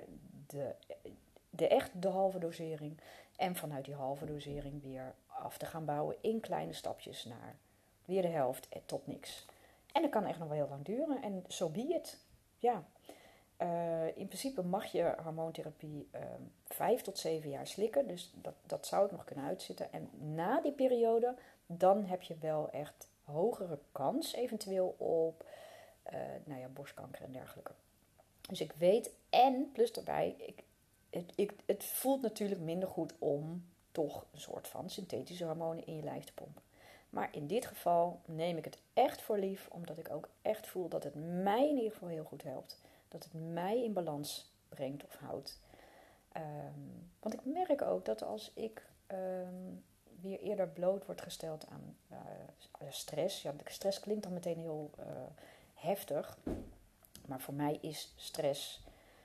de halve dosering. En vanuit die halve dosering weer af te gaan bouwen in kleine stapjes naar weer de helft tot niks. En dat kan echt nog wel heel lang duren. En so be it. Ja. In principe mag je hormoontherapie 5 tot 7 jaar slikken. Dus dat zou ik nog kunnen uitzitten. En na die periode, dan heb je wel echt hogere kans eventueel op borstkanker en dergelijke. Dus ik weet, en plus daarbij, het voelt natuurlijk minder goed om toch een soort van synthetische hormonen in je lijf te pompen. Maar in dit geval neem ik het echt voor lief, omdat ik ook echt voel dat het mij in ieder geval heel goed helpt. Dat het mij in balans brengt of houdt. Want ik merk ook dat als ik weer eerder bloot word gesteld aan stress. Ja, stress klinkt dan meteen heel heftig. Maar voor mij is stress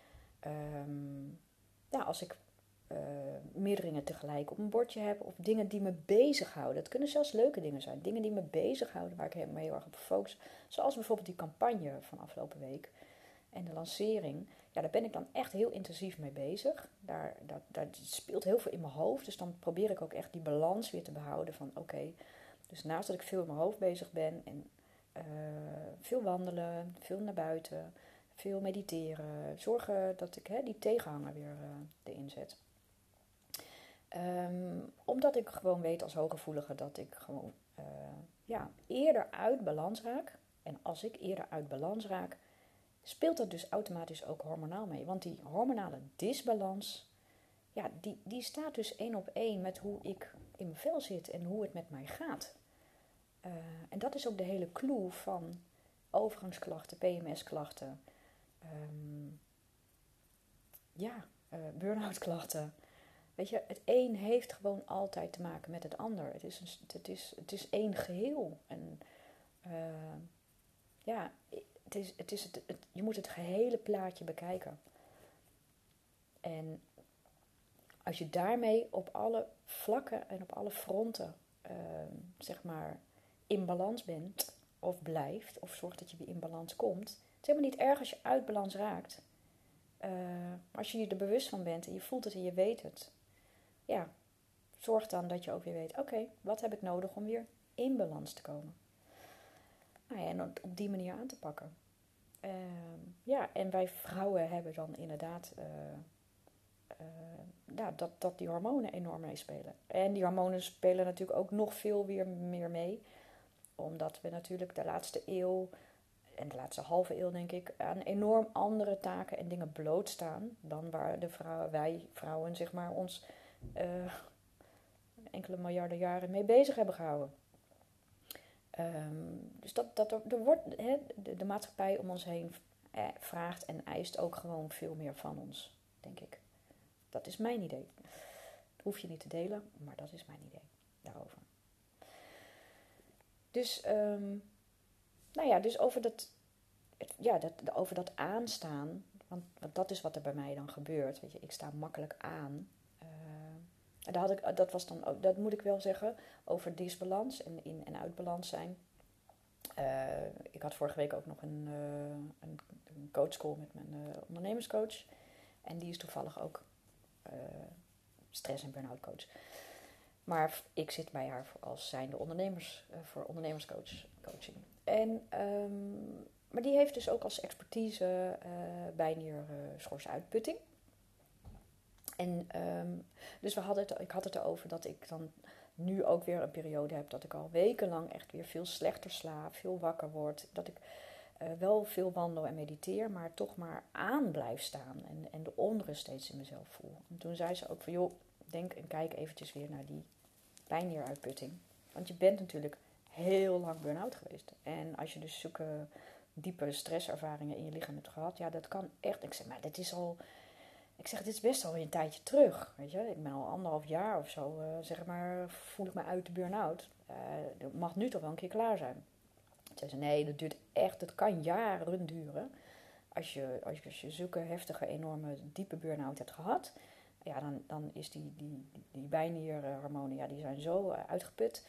als ik meerdere dingen tegelijk op een bordje heb. Of dingen die me bezighouden. Het kunnen zelfs leuke dingen zijn. Dingen die me bezighouden waar ik me heel erg op focus. Zoals bijvoorbeeld die campagne van afgelopen week. En de lancering, daar ben ik dan echt heel intensief mee bezig. Daar speelt heel veel in mijn hoofd. Dus dan probeer ik ook echt die balans weer te behouden van oké. Dus naast dat ik veel in mijn hoofd bezig ben en veel wandelen, veel naar buiten, veel mediteren. Zorgen dat ik die tegenhanger weer erin zet. Omdat ik gewoon weet als hooggevoelige dat ik gewoon eerder uit balans raak. En als ik eerder uit balans raak, speelt dat dus automatisch ook hormonaal mee. Want die hormonale disbalans, die staat dus 1 op 1 met hoe ik in mijn vel zit en hoe het met mij gaat. En dat is ook de hele clue van overgangsklachten, PMS-klachten, burn-out klachten. Weet je, het een heeft gewoon altijd te maken met het ander. Het is één geheel. En je moet het gehele plaatje bekijken. En als je daarmee op alle vlakken en op alle fronten in balans bent of blijft, of zorgt dat je weer in balans komt. Het is helemaal niet erg als je uit balans raakt. Als je je er bewust van bent en je voelt het en je weet het. Zorg dan dat je ook weer weet, oké, wat heb ik nodig om weer in balans te komen? En op die manier aan te pakken. En wij vrouwen hebben dan inderdaad dat die hormonen enorm meespelen. En die hormonen spelen natuurlijk ook nog veel weer meer mee. Omdat we natuurlijk de laatste eeuw, en de laatste halve eeuw denk ik, aan enorm andere taken en dingen blootstaan dan waar wij vrouwen ons enkele miljarden jaren mee bezig hebben gehouden. Dus er wordt, de maatschappij om ons heen vraagt en eist ook gewoon veel meer van ons, denk ik. Dat is mijn idee. Dat hoef je niet te delen, maar dat is mijn idee daarover. Dus, dus over dat aanstaan, want dat is wat er bij mij dan gebeurt. Weet je, ik sta makkelijk aan. Dat moet ik wel zeggen, over disbalans en in- en uitbalans zijn. Ik had vorige week ook nog een coachcall met mijn ondernemerscoach. En die is toevallig ook stress- en burn-out coach. Maar ik zit bij haar als zijnde voor ondernemerscoaching. Maar die heeft dus ook als expertise bijnierschorsuitputting. En dus ik had het erover dat ik dan nu ook weer een periode heb dat ik al wekenlang echt weer veel slechter slaap, veel wakker word. Dat ik wel veel wandel en mediteer, maar toch maar aan blijf staan en de onrust steeds in mezelf voel. En toen zei ze ook van joh, denk en kijk eventjes weer naar die bijnieruitputting. Want je bent natuurlijk heel lang burn-out geweest. En als je dus zulke diepe stresservaringen in je lichaam hebt gehad, ja, dat kan echt. Ik zeg, maar dit is best al een tijdje terug. Weet je? Ik ben al 1,5 jaar of zo, zeg maar, voel ik me uit de burn-out. Dat mag nu toch wel een keer klaar zijn. Toen zei ze, nee, dat duurt echt, dat kan jaren duren. Als je zulke heftige, enorme, diepe burn-out hebt gehad, ja, dan is die bijnierhormonen, ja, die zijn zo uitgeput.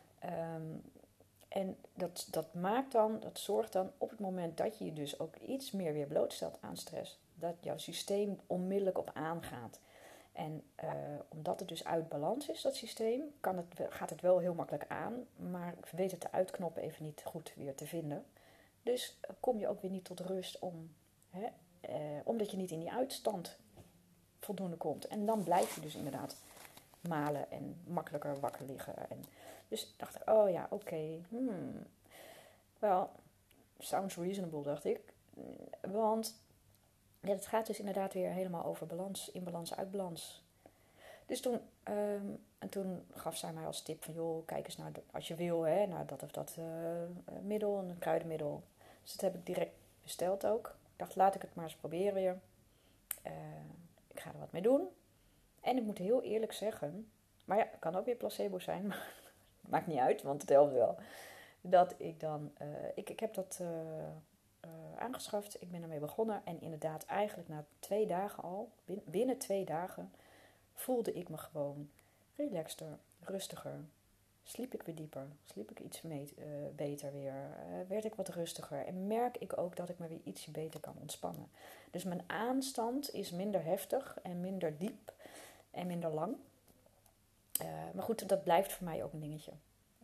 En dat zorgt dan op het moment dat je dus ook iets meer weer blootstelt aan stress, dat jouw systeem onmiddellijk op aangaat. En omdat het dus uit balans is, dat systeem, gaat het wel heel makkelijk aan, maar ik weet het de uitknoppen even niet goed weer te vinden. Dus kom je ook weer niet tot rust omdat je niet in die uitstand voldoende komt. En dan blijf je dus inderdaad malen en makkelijker wakker liggen. Dus dacht ik, oh ja, oké. Well, sounds reasonable, dacht ik. Want ja, het gaat dus inderdaad weer helemaal over balans, in balans, uit balans. Dus toen gaf zij mij als tip van, joh, kijk eens naar, als je wil, naar dat of dat middel, een kruidenmiddel. Dus dat heb ik direct besteld ook. Ik dacht, laat ik het maar eens proberen weer. Ik ga er wat mee doen. En ik moet heel eerlijk zeggen, maar ja, het kan ook weer placebo zijn, maar maakt niet uit, want het helpt wel. Dat ik dan, ik heb dat aangeschaft, ik ben ermee begonnen en inderdaad eigenlijk na 2 dagen al, binnen 2 dagen, voelde ik me gewoon relaxter, rustiger. Sliep ik weer dieper, sliep ik iets beter weer, werd ik wat rustiger en merk ik ook dat ik me weer ietsje beter kan ontspannen. Dus mijn aanstand is minder heftig en minder diep en minder lang. Maar goed, dat blijft voor mij ook een dingetje.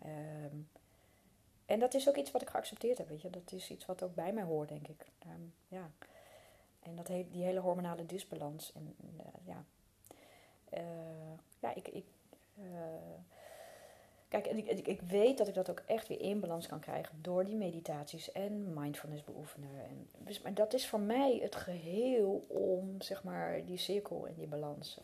En dat is ook iets wat ik geaccepteerd heb, weet je. Dat is iets wat ook bij mij hoort, denk ik. Ja. En die hele hormonale disbalans. En kijk, ik weet dat ik dat ook echt weer in balans kan krijgen door die meditaties en mindfulness beoefenen. Maar dat is voor mij het geheel om, zeg maar, die cirkel en die balans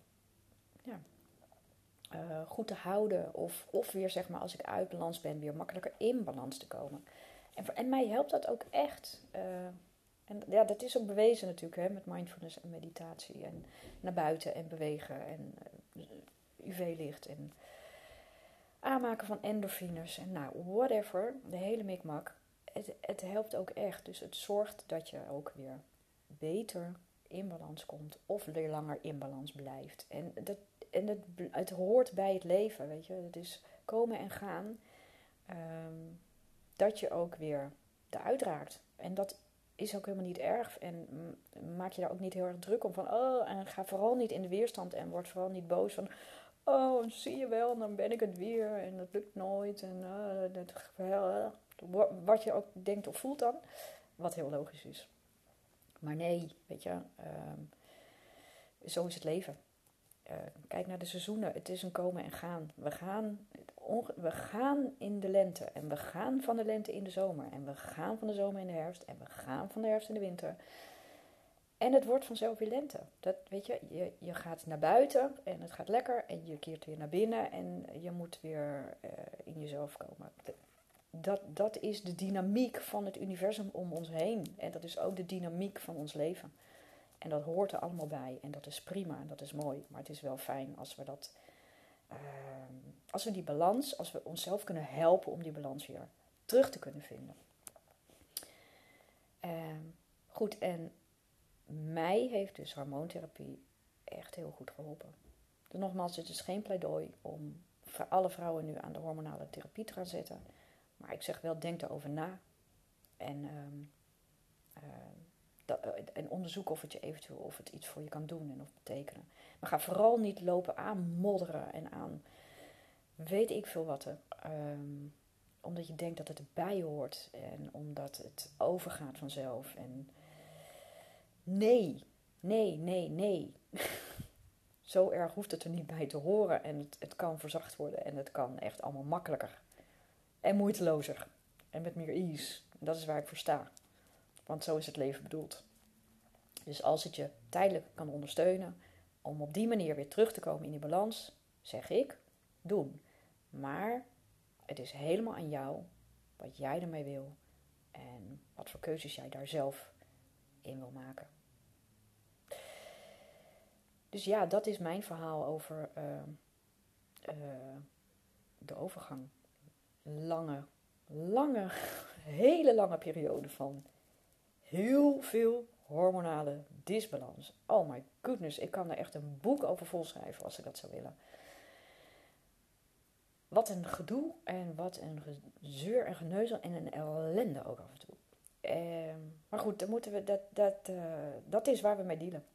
goed te houden. Of weer, zeg maar, als ik uit balans ben, weer makkelijker in balans te komen. En mij helpt dat ook echt. En ja, dat is ook bewezen natuurlijk, met mindfulness en meditatie. En naar buiten en bewegen en UV-licht en aanmaken van endorfines en nou, whatever, de hele mikmak. Het helpt ook echt. Dus het zorgt dat je ook weer beter in balans komt of weer langer in balans blijft. Het hoort bij het leven, weet je. Het is komen en gaan. Dat je ook weer eruit raakt. En dat is ook helemaal niet erg. En maak je daar ook niet heel erg druk om. Van, en ga vooral niet in de weerstand. En word vooral niet boos van, zie je wel, dan ben ik het weer. En dat lukt nooit. En wat je ook denkt of voelt dan. Wat heel logisch is. Maar nee, weet je. Zo is het leven. Kijk naar de seizoenen. Het is een komen en gaan. We gaan in de lente. En we gaan van de lente in de zomer. En we gaan van de zomer in de herfst. En we gaan van de herfst in de winter. En het wordt vanzelf weer lente. Dat, weet je gaat naar buiten en het gaat lekker. En je keert weer naar binnen. En je moet weer in jezelf komen. dat is de dynamiek van het universum om ons heen. En dat is ook de dynamiek van ons leven. En dat hoort er allemaal bij. En dat is prima en dat is mooi. Maar het is wel fijn als we die balans, als we onszelf kunnen helpen om die balans weer terug te kunnen vinden. Goed, en mij heeft dus hormoontherapie echt heel goed geholpen. Dus nogmaals, het is geen pleidooi om voor alle vrouwen nu aan de hormonale therapie te gaan zetten. Maar ik zeg wel, denk erover na. En onderzoek of het iets voor je kan doen en of betekenen. Maar ga vooral niet lopen aanmodderen en aan weet ik veel wat. Omdat je denkt dat het erbij hoort. En omdat het overgaat vanzelf. En nee. Zo erg hoeft het er niet bij te horen. En het kan verzacht worden. En het kan echt allemaal makkelijker. En moeitelozer. En met meer ease. En dat is waar ik voor sta. Want zo is het leven bedoeld. Dus als het je tijdelijk kan ondersteunen om op die manier weer terug te komen in die balans, zeg ik, doen. Maar het is helemaal aan jou wat jij ermee wil en wat voor keuzes jij daar zelf in wil maken. Dus ja, dat is mijn verhaal over de overgang. Hele lange periode van heel veel hormonale disbalans. Oh my goodness, ik kan er echt een boek over volschrijven als ik dat zou willen. Wat een gedoe en wat een gezeur en geneuzel en een ellende ook af en toe. Maar goed, dan moeten we dat is waar we mee dealen.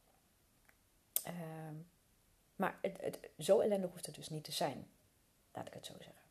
Maar zo ellendig hoeft het dus niet te zijn. Laat ik het zo zeggen.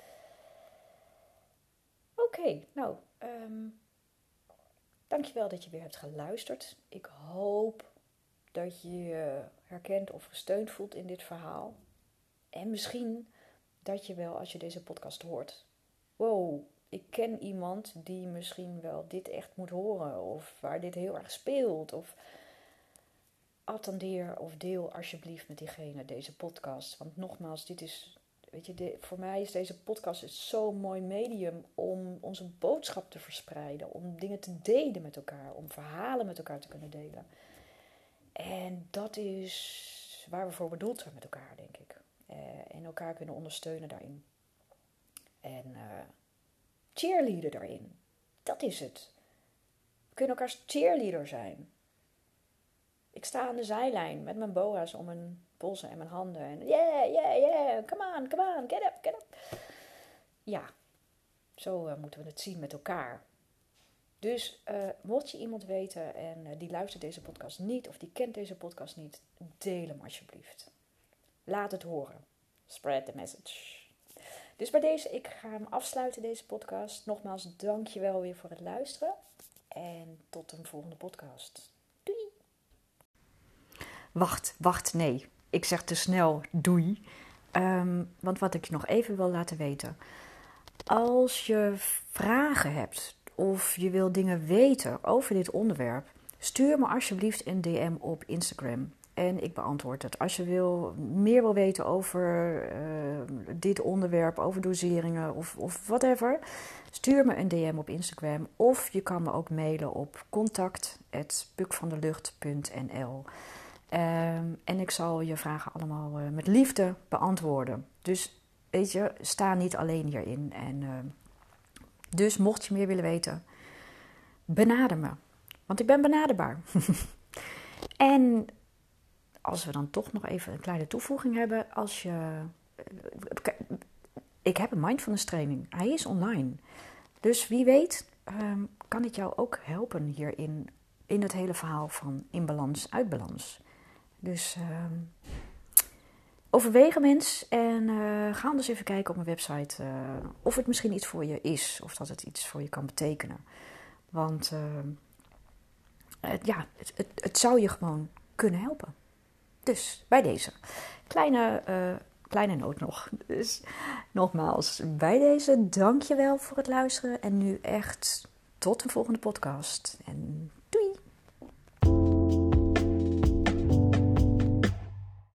Oké, nou, dankjewel dat je weer hebt geluisterd. Ik hoop dat je je herkend of gesteund voelt in dit verhaal. En misschien dat je wel, als je deze podcast hoort, wow, ik ken iemand die misschien wel dit echt moet horen. Of waar dit heel erg speelt. Of attendeer of deel alsjeblieft met diegene deze podcast. Want nogmaals, dit is, weet je, voor mij is deze podcast zo'n mooi medium om onze boodschap te verspreiden. Om dingen te delen met elkaar. Om verhalen met elkaar te kunnen delen. En dat is waar we voor bedoeld zijn met elkaar, denk ik. En elkaar kunnen ondersteunen daarin. En cheerleader daarin. Dat is het. We kunnen elkaars cheerleader zijn. Ik sta aan de zijlijn met mijn boa's om mijn polsen en mijn handen. En yeah, come on, get up. Ja, zo moeten we het zien met elkaar. Dus mocht je iemand weten en die luistert deze podcast niet of die kent deze podcast niet, deel hem alsjeblieft. Laat het horen. Spread the message. Dus bij deze, ik ga hem afsluiten, deze podcast. Nogmaals, dank je wel weer voor het luisteren. En tot een volgende podcast. Doei! Wacht, nee. Ik zeg te snel doei. Want wat ik je nog even wil laten weten. Als je vragen hebt of je wil dingen weten over dit onderwerp, stuur me alsjeblieft een DM op Instagram. En ik beantwoord het. Als je meer wil weten over dit onderwerp, over doseringen of whatever, stuur me een DM op Instagram. Of je kan me ook mailen op contact@pukvandelucht.nl. En ik zal je vragen allemaal met liefde beantwoorden. Dus weet je, sta niet alleen hierin. Dus mocht je meer willen weten, benader me. Want ik ben benaderbaar. En als we dan toch nog even een kleine toevoeging hebben. Ik heb een mindfulness training. Hij is online. Dus wie weet kan ik jou ook helpen hierin. In het hele verhaal van in balans, uit balans. Dus overweeg hem eens. En ga anders even kijken op mijn website. Of het misschien iets voor je is. Of dat het iets voor je kan betekenen. Want het zou je gewoon kunnen helpen. Dus bij deze kleine noot nog. Dus nogmaals, bij deze dankjewel voor het luisteren. En nu echt tot een volgende podcast. En